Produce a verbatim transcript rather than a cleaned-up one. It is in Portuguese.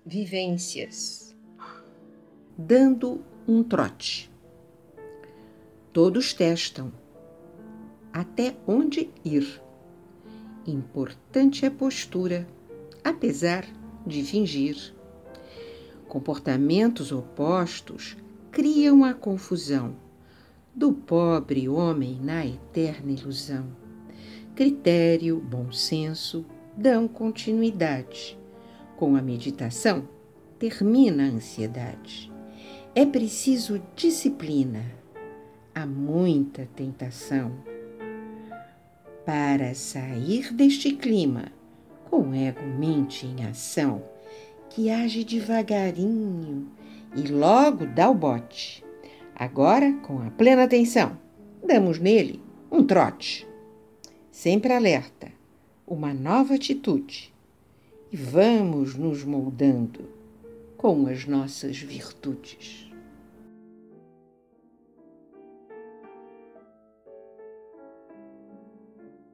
Vivências. Dando um trote. Todos testam até onde ir. Importante é postura, apesar de fingir. Comportamentos opostos criam a confusão do pobre homem na eterna ilusão. Critério, bom senso dão continuidade. Com a meditação, termina a ansiedade. É preciso disciplina. Há muita tentação. Para sair deste clima, com ego-mente em ação, que age devagarinho e logo dá o bote. Agora, com a plena atenção, damos nele um trote. Sempre alerta, uma nova atitude. E vamos nos moldando com as nossas virtudes.